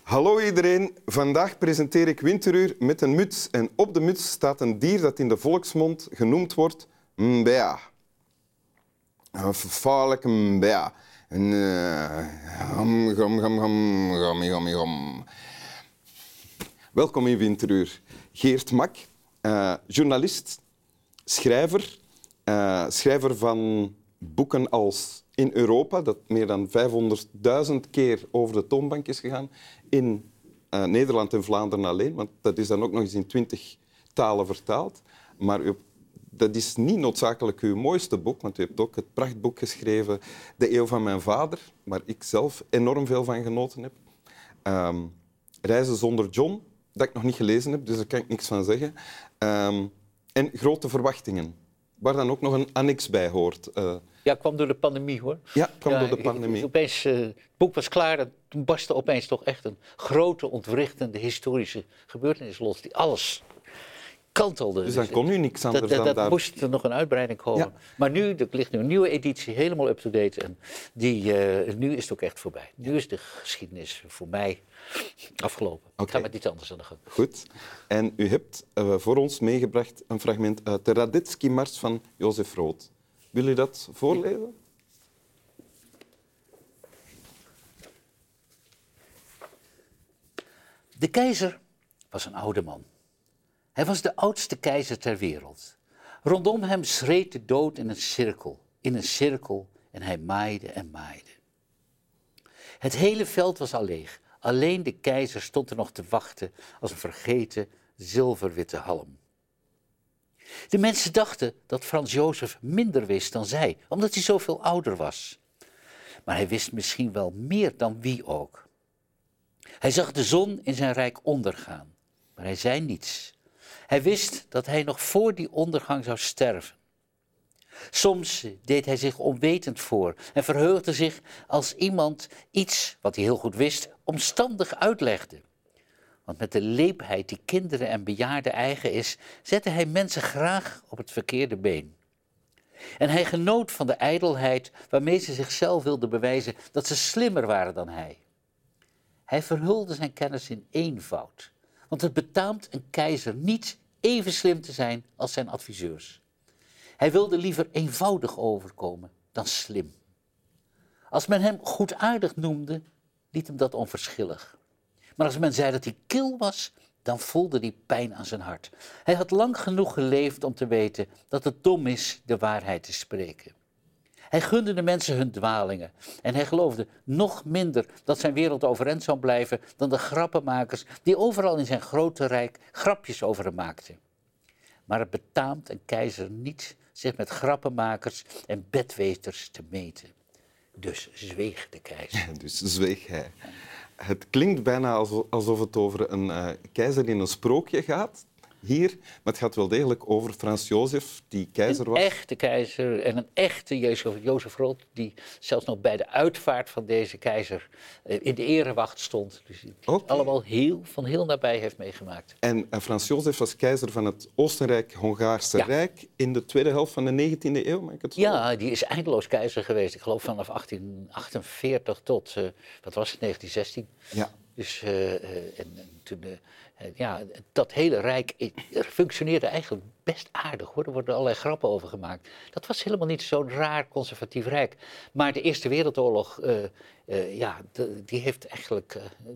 Hallo iedereen, vandaag presenteer ik Winteruur met een muts. En op de muts staat een dier dat in de volksmond genoemd wordt mbea. Een vervaarlijke mbea. Welkom in Winteruur. Geert Mak, journalist, schrijver, schrijver van boeken als In Europa, dat meer dan 500.000 keer over de toonbank is gegaan, in Nederland en Vlaanderen alleen, want dat is dan ook nog eens in 20 talen vertaald. Maar dat is niet noodzakelijk uw mooiste boek, want u hebt ook het prachtboek geschreven De Eeuw van mijn vader, waar ik zelf enorm veel van genoten heb. Reizen zonder John, dat ik nog niet gelezen heb, dus daar kan ik niks van zeggen. En Grote Verwachtingen, waar dan ook nog een annex bij hoort. Ja, kwam door de pandemie, hoor. Ja, kwam door de pandemie. Opeens, het boek was klaar en toen barstte opeens toch echt een grote, ontwrichtende historische gebeurtenis los die alles kantelde. Dus dan kon u niks anders dan daar... moest er nog een uitbreiding komen. Ja. Maar nu, er ligt nu een nieuwe editie, helemaal up-to-date. En nu is het ook echt voorbij. Nu is de geschiedenis voor mij afgelopen. Okay. Ik ga met iets anders aan de gang. Goed. En u hebt voor ons meegebracht een fragment uit de Radetzky-mars van Jozef Rood. Wil u dat voorlezen? De keizer was een oude man. Hij was de oudste keizer ter wereld. Rondom hem schreed de dood in een cirkel, en hij maaide en maaide. Het hele veld was al leeg. Alleen de keizer stond er nog te wachten als een vergeten zilverwitte halm. De mensen dachten dat Frans Jozef minder wist dan zij, omdat hij zoveel ouder was. Maar hij wist misschien wel meer dan wie ook. Hij zag de zon in zijn rijk ondergaan, maar hij zei niets. Hij wist dat hij nog voor die ondergang zou sterven. Soms deed hij zich onwetend voor en verheugde zich als iemand iets, wat hij heel goed wist, omstandig uitlegde. Want met de leepheid die kinderen en bejaarden eigen is, zette hij mensen graag op het verkeerde been. En hij genoot van de ijdelheid waarmee ze zichzelf wilden bewijzen dat ze slimmer waren dan hij. Hij verhulde zijn kennis in eenvoud, want het betaamt een keizer niet even slim te zijn als zijn adviseurs. Hij wilde liever eenvoudig overkomen dan slim. Als men hem goedaardig noemde, liet hem dat onverschillig. Maar als men zei dat hij kil was, dan voelde hij pijn aan zijn hart. Hij had lang genoeg geleefd om te weten dat het dom is de waarheid te spreken. Hij gunde de mensen hun dwalingen en hij geloofde nog minder dat zijn wereld overeind zou blijven dan de grappenmakers die overal in zijn grote rijk grapjes over hem maakten. Maar het betaamt een keizer niet zich met grappenmakers en bedweters te meten. Dus zweeg de keizer. Dus zweeg hij. Het klinkt bijna alsof het over een keizer in een sprookje gaat, hier, maar het gaat wel degelijk over Frans Jozef, die keizer was. Een echte keizer en een echte Jozef Rood, die zelfs nog bij de uitvaart van deze keizer in de erewacht stond. Dus die allemaal van heel nabij heeft meegemaakt. En Frans Jozef was keizer van het Oostenrijk-Hongaarse Rijk in de tweede helft van de 19e eeuw, mag ik het zo? Ja, die is eindeloos keizer geweest. Ik geloof vanaf 1848 tot, wat was het, 1916. Ja. Dus toen... dat hele rijk functioneerde eigenlijk best aardig, hoor. Er worden allerlei grappen over gemaakt. Dat was helemaal niet zo'n raar conservatief rijk. Maar de Eerste Wereldoorlog, die heeft eigenlijk...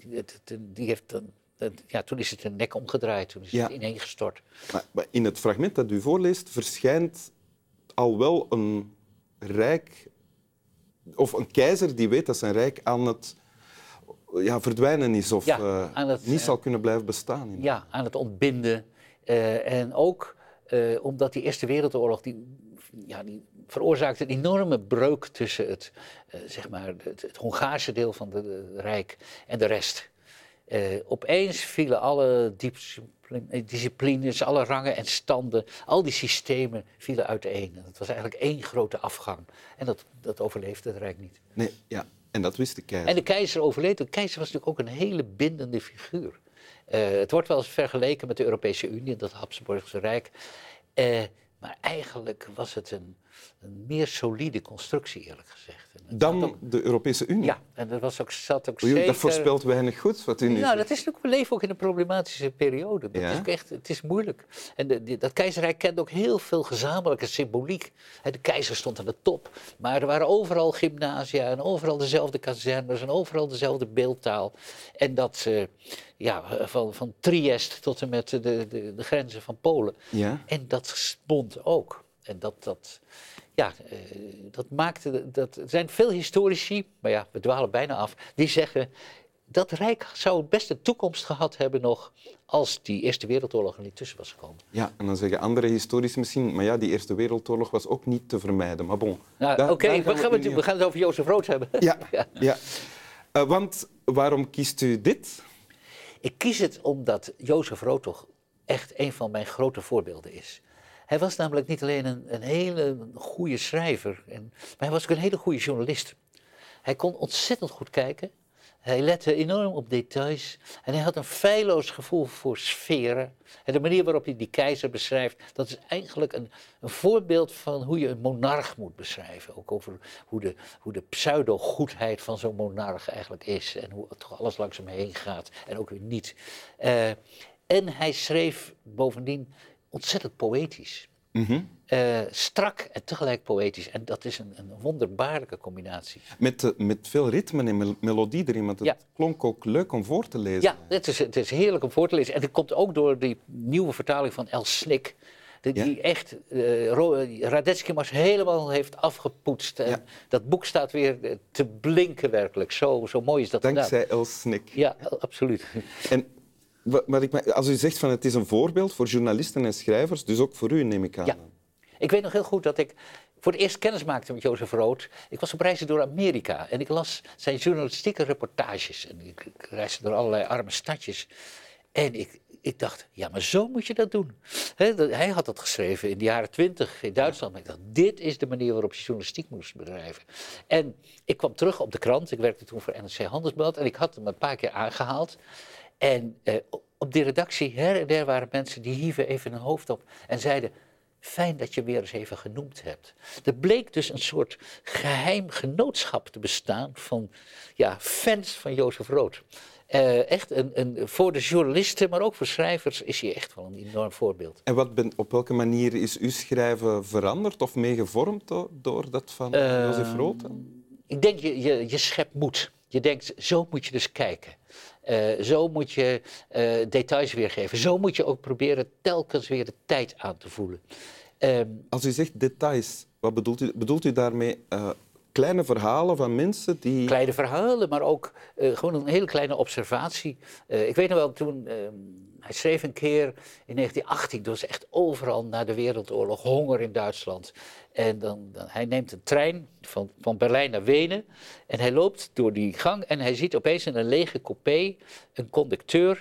toen is het een nek omgedraaid, toen is het ineengestort. Maar in het fragment dat u voorleest verschijnt al wel een rijk... of een keizer die weet dat zijn rijk aan het... verdwijnen is of niet zal kunnen blijven bestaan. Ja, aan het ontbinden. En ook omdat die Eerste Wereldoorlog die veroorzaakte een enorme breuk tussen het Hongaarse deel van het Rijk en de rest. Opeens vielen alle disciplines, alle rangen en standen, al die systemen vielen uiteen. Het was eigenlijk één grote afgang. En dat overleefde het Rijk niet. Nee, ja. En dat wist de keizer. En de keizer overleed. De keizer was natuurlijk ook een hele bindende figuur. Het wordt wel eens vergeleken met de Europese Unie, dat Habsburgse Rijk. Maar eigenlijk was het een meer solide constructie, eerlijk gezegd. Dan de Europese Unie? Ja, en dat zat ook Oei, zeker... Dat voorspelt weinig goed, wat u nu Nou, zegt. we leven ook in een problematische periode. Dat Ja? is ook echt, het is moeilijk. En dat keizerrijk kende ook heel veel gezamenlijke symboliek. De keizer stond aan de top, maar er waren overal gymnasia en overal dezelfde kazernes en overal dezelfde beeldtaal. En dat van Triest tot en met de grenzen van Polen. Ja? En dat bond ook. En dat maakte... Er zijn veel historici, maar ja, we dwalen bijna af, die zeggen... Dat Rijk zou best een toekomst gehad hebben nog als die Eerste Wereldoorlog er niet tussen was gekomen. Ja, en dan zeggen andere historici misschien, maar ja, die Eerste Wereldoorlog was ook niet te vermijden. Maar bon. Nou, Oké, we gaan het over Jozef Rood hebben. Ja, ja. Want waarom kiest u dit? Ik kies het omdat Jozef Rood toch echt een van mijn grote voorbeelden is. Hij was namelijk niet alleen een hele goede schrijver, maar hij was ook een hele goede journalist. Hij kon ontzettend goed kijken. Hij lette enorm op details en hij had een feilloos gevoel voor sferen. En de manier waarop hij die keizer beschrijft, dat is eigenlijk een voorbeeld van hoe je een monarch moet beschrijven. Ook over hoe de pseudo-goedheid van zo'n monarch eigenlijk is en hoe het toch alles langs hem heen gaat en ook weer niet. En hij schreef bovendien ontzettend poëtisch. Strak en tegelijk poëtisch. En dat is een wonderbaarlijke combinatie. Met veel ritme en melodie erin, want het klonk ook leuk om voor te lezen. Ja, het is heerlijk om voor te lezen. En dat komt ook door die nieuwe vertaling van El Snik. Die echt Radetzky maar helemaal heeft afgepoetst. En dat boek staat weer te blinken werkelijk. Zo mooi is dat Dankzij gedaan. El Snik. Ja, absoluut. En als u zegt van het is een voorbeeld voor journalisten en schrijvers, dus ook voor u neem ik aan. Ja. Ik weet nog heel goed dat ik voor het eerst kennis maakte met Jozef Rood. Ik was op reizen door Amerika en ik las zijn journalistieke reportages. En ik reisde door allerlei arme stadjes. En ik dacht, ja, maar zo moet je dat doen. Hij had dat geschreven in de jaren 20 in Duitsland. Maar ik dacht, dit is de manier waarop je journalistiek moest bedrijven. En ik kwam terug op de krant. Ik werkte toen voor NRC Handelsblad. En ik had hem een paar keer aangehaald. En op die redactie, her en der waren mensen die hieven even hun hoofd op en zeiden... Fijn dat je weer eens even genoemd hebt. Er bleek dus een soort geheim genootschap te bestaan van fans van Jozef Rood. Echt voor de journalisten, maar ook voor schrijvers is hij echt wel een enorm voorbeeld. En op welke manier is uw schrijven veranderd of meegevormd door dat van Jozef Rood? Ik denk, je schept moed. Je denkt, zo moet je dus kijken. Zo moet je details weergeven. Zo moet je ook proberen telkens weer de tijd aan te voelen. Als u zegt details, wat bedoelt u? Bedoelt u daarmee kleine verhalen van mensen die... Kleine verhalen, maar ook gewoon een hele kleine observatie. Ik weet nog wel, toen hij schreef een keer in 1918, toen was echt overal na de Wereldoorlog honger in Duitsland. En hij neemt een trein van Berlijn naar Wenen en hij loopt door die gang en hij ziet opeens in een lege coupé een conducteur.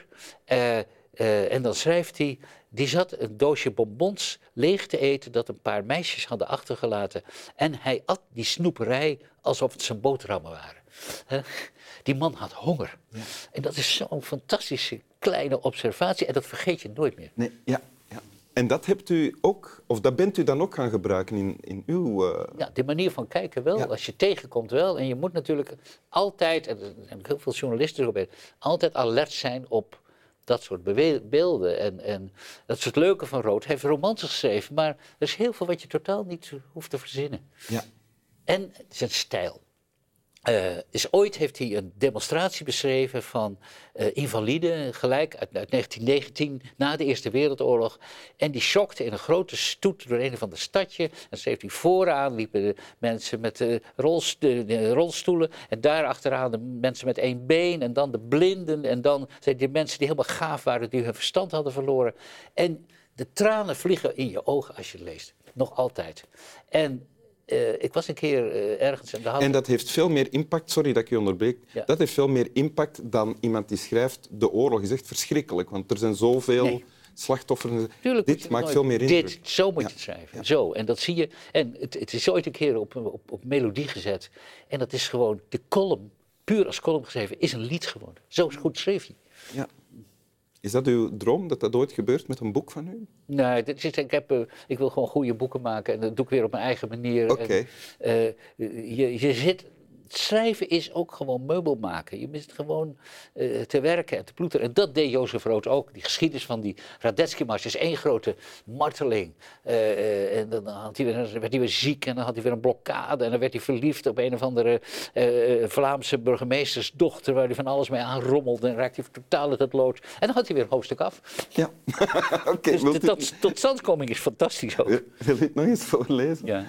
En dan schrijft hij, die zat een doosje bonbons leeg te eten dat een paar meisjes hadden achtergelaten. En hij at die snoeperij alsof het zijn boterhammen waren. Die man had honger. Ja. En dat is zo'n fantastische kleine observatie en dat vergeet je nooit meer. Nee, ja. En dat hebt u ook, of dat bent u dan ook gaan gebruiken in uw... Ja, de manier van kijken wel, als je tegenkomt wel. En je moet natuurlijk altijd, en daar heb ik heel veel journalisten erop bij, altijd alert zijn op dat soort beelden. En dat is het leuke van Rood. Hij heeft romansen geschreven, maar er is heel veel wat je totaal niet hoeft te verzinnen. Ja. En zijn stijl. Ooit heeft hij een demonstratie beschreven van invaliden, gelijk uit 1919, na de Eerste Wereldoorlog. En die schokte in een grote stoet door een van de stadje. En schreef hij vooraan, liepen de mensen met de rolstoelen. En daar achteraan de mensen met één been. En dan de blinden. En dan zijn die mensen die helemaal gaaf waren, die hun verstand hadden verloren. En de tranen vliegen in je ogen als je het leest. Nog altijd. En... ik was een keer ergens... En dat heeft veel meer impact, sorry dat ik je onderbreek, dat heeft veel meer impact dan iemand die schrijft de oorlog is echt verschrikkelijk, want er zijn zoveel slachtoffers. Tuurlijk, dit maakt veel meer indruk. Zo moet je het schrijven, zo. En dat zie je. En het is ooit een keer op melodie gezet. En dat is gewoon de column, puur als column geschreven, is een lied geworden. Zo goed schreef hij. Ja. Is dat uw droom, dat dat ooit gebeurt met een boek van u? Nee, ik wil gewoon goede boeken maken en dat doe ik weer op mijn eigen manier. Oké. Je zit... Schrijven is ook gewoon meubel maken. Je bent gewoon te werken en te ploeteren. En dat deed Jozef Rood ook. Die geschiedenis van die Radetzky-mars is één grote marteling. En dan werd hij weer ziek en dan had hij weer een blokkade. En dan werd hij verliefd op een of andere Vlaamse burgemeestersdochter... waar hij van alles mee aanrommelde en raakte hij totaal uit het lood. En dan had hij weer een hoofdstuk af. Ja. Oké. Dus de totstandkoming is fantastisch ook. Wil je het nog eens voorlezen? Ja.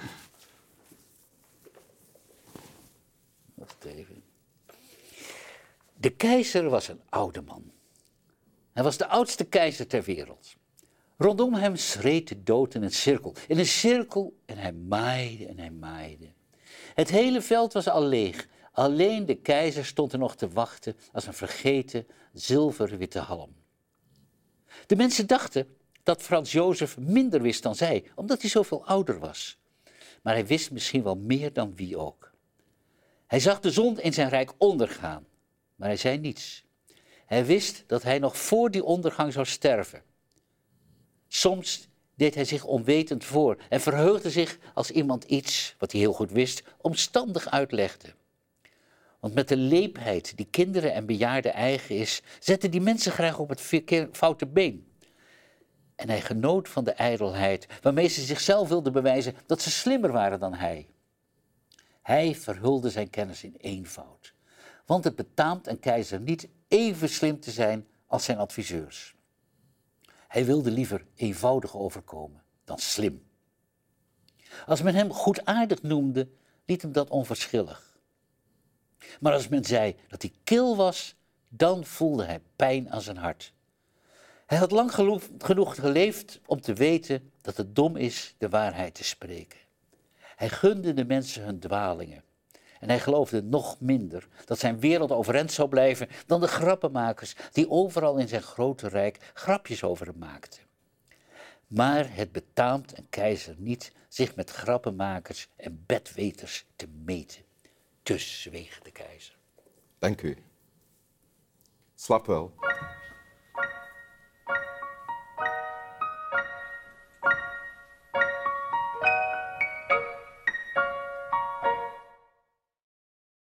Wacht even. De keizer was een oude man. Hij was de oudste keizer ter wereld. Rondom hem schreed de dood in een cirkel. In een cirkel en hij maaide en hij maaide. Het hele veld was al leeg. Alleen de keizer stond er nog te wachten als een vergeten zilverwitte halm. De mensen dachten dat Frans Jozef minder wist dan zij, omdat hij zoveel ouder was. Maar hij wist misschien wel meer dan wie ook. Hij zag de zon in zijn rijk ondergaan, maar hij zei niets. Hij wist dat hij nog voor die ondergang zou sterven. Soms deed hij zich onwetend voor en verheugde zich als iemand iets, wat hij heel goed wist, omstandig uitlegde. Want met de leepheid die kinderen en bejaarden eigen is, zetten die mensen graag op het foute been. En hij genoot van de ijdelheid, waarmee ze zichzelf wilden bewijzen dat ze slimmer waren dan hij. Hij verhulde zijn kennis in eenvoud. Want het betaamt een keizer niet even slim te zijn als zijn adviseurs. Hij wilde liever eenvoudig overkomen dan slim. Als men hem goedaardig noemde, liet hem dat onverschillig. Maar als men zei dat hij kil was, dan voelde hij pijn aan zijn hart. Hij had lang genoeg geleefd om te weten dat het dom is de waarheid te spreken. Hij gunde de mensen hun dwalingen. En hij geloofde nog minder dat zijn wereld overeind zou blijven dan de grappenmakers die overal in zijn grote rijk grapjes over hem maakten. Maar het betaamt een keizer niet zich met grappenmakers en bedweters te meten. Dus zweeg de keizer. Dank u. Slap wel.